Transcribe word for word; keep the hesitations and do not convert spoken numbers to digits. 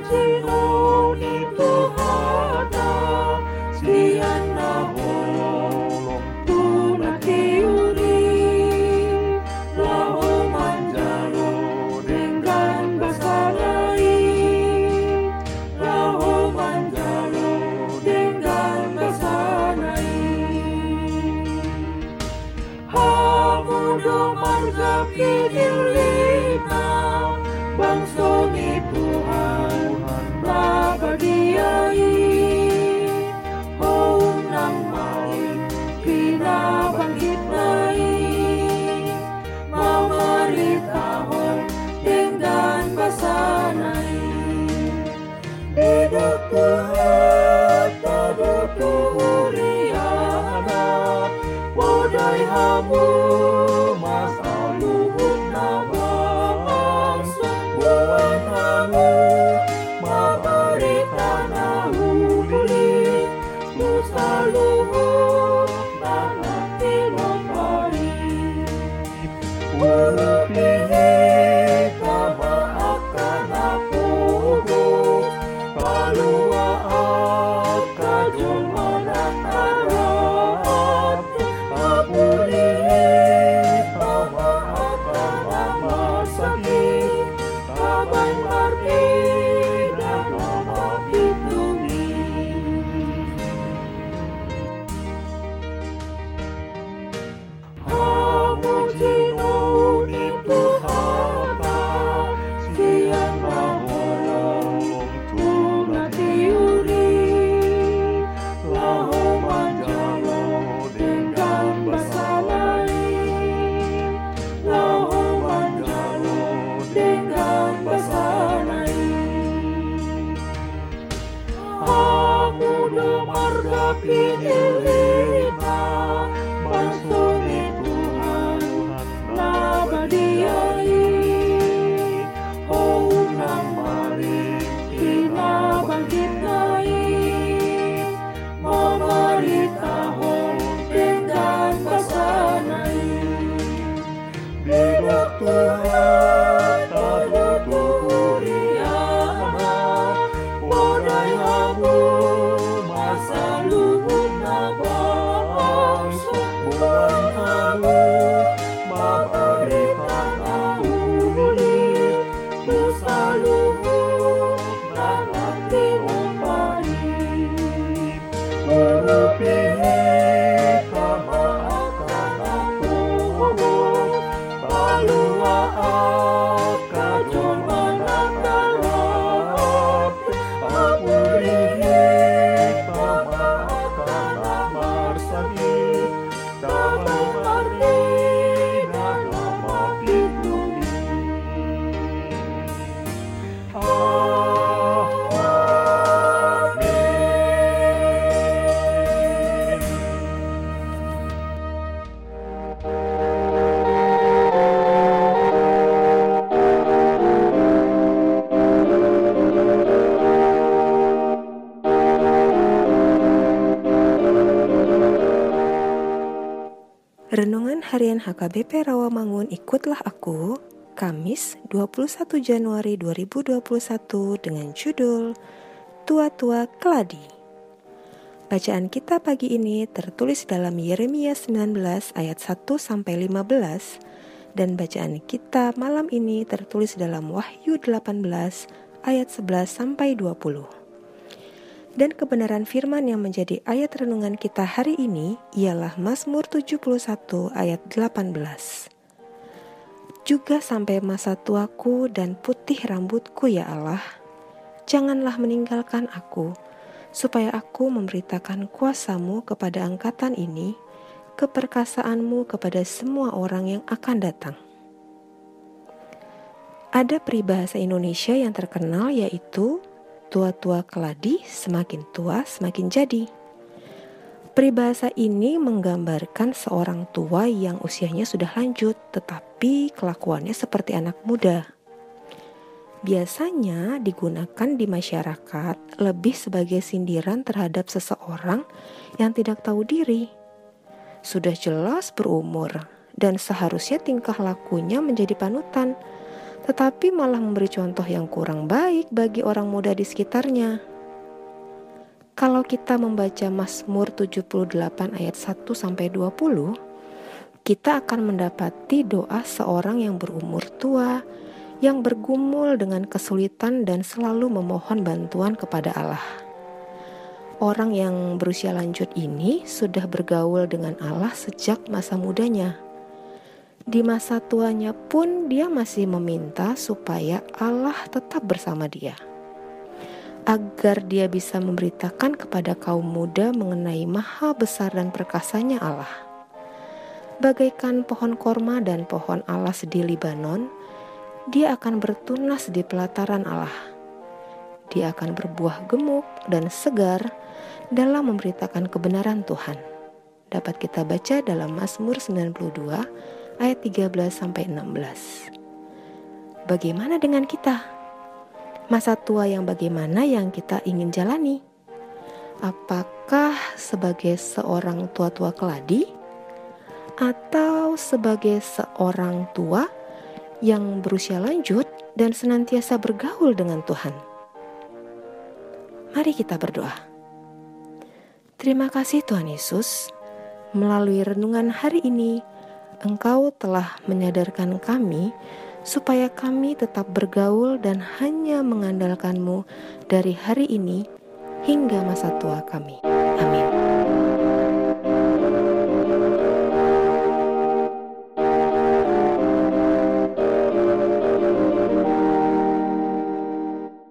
Jinoni Tuhana Sian Naholong Tunatiuri Laho Manjaro Dengan Basalai Laho Manjaro Dengan Basanai Hamudo Marga Pidilina Bangsoni Tuhan Labadiai Houng nang maling Pinabangkit nai Mamaritahon Dengan basanai Hidup Tuhan Tadu Tuhuriana Bodai hamu Masa luhut nabang Buan hamu Mabaritana uli Nusa luhut Nanati lomari Urupihi Kama akan aku Palua akajul manakarat Apurihi Kama akan amat sakit Kaban marti dan nama pitumi Hamu Jinoni Tuhana Sian Naholong Tunatiuri Laho Manjalo Dengan Basalai Laho Manjalo Dengan Basanai Hamudo Marga Pinilina Bangsoni Tuhan Labadiai Houng nang maling Pinabangkit nai Mamaritahon Dengan basanai Hidup Tuhan Tadu Tuhuriana Bodai hamu Masa luhut nabang Buan hamu Mabaritana uli Nusa luhut Nanati lomari Urupihi Kama akan aku Palua akajul manakarat Apurihi Kama akan amar sakit Damai marti dan nama pitumi Renungan Harian H K B P Rawamangun Ikutlah Aku, Kamis dua puluh satu Januari dua ribu dua puluh satu dengan judul Tua-tua Keladi. Bacaan kita pagi ini tertulis dalam Yeremia sembilan belas ayat satu sampai lima belas dan bacaan kita malam ini tertulis dalam Wahyu delapan belas ayat sebelas sampai dua puluh. Dan kebenaran firman yang menjadi ayat renungan kita hari ini ialah Mazmur tujuh puluh satu ayat delapan belas. Juga sampai masa tuaku dan putih rambutku ya Allah, janganlah meninggalkan aku, supaya aku memberitakan kuasa-Mu kepada angkatan ini, keperkasaanmu kepada semua orang yang akan datang. Ada peribahasa Indonesia yang terkenal yaitu tua-tua keladi, semakin tua semakin jadi. Peribahasa ini menggambarkan seorang tua yang usianya sudah lanjut, tetapi kelakuannya seperti anak muda. Biasanya digunakan di masyarakat lebih sebagai sindiran terhadap seseorang yang tidak tahu diri. Sudah jelas berumur dan seharusnya tingkah lakunya menjadi panutan, tetapi malah memberi contoh yang kurang baik bagi orang muda di sekitarnya. Kalau kita membaca Mazmur tujuh puluh delapan ayat satu sampai dua puluh, kita akan mendapati doa seorang yang berumur tua, yang bergumul dengan kesulitan dan selalu memohon bantuan kepada Allah. Orang yang berusia lanjut ini sudah bergaul dengan Allah sejak masa mudanya. Di masa tuanya pun dia masih meminta supaya Allah tetap bersama dia, agar dia bisa memberitakan kepada kaum muda mengenai maha besar dan perkasanya Allah. Bagaikan pohon korma dan pohon alas di Libanon, dia akan bertunas di pelataran Allah. Dia akan berbuah gemuk dan segar dalam memberitakan kebenaran Tuhan. Dapat kita baca dalam Mazmur sembilan puluh dua ayat tiga belas sampai enam belas. Bagaimana dengan kita? Masa tua yang bagaimana yang kita ingin jalani? Apakah sebagai seorang tua-tua keladi, atau sebagai seorang tua yang berusia lanjut dan senantiasa bergaul dengan Tuhan? Mari kita berdoa. Terima kasih Tuhan Yesus, melalui renungan hari ini, Engkau telah menyadarkan kami supaya kami tetap bergaul dan hanya mengandalkan-Mu dari hari ini hingga masa tua kami.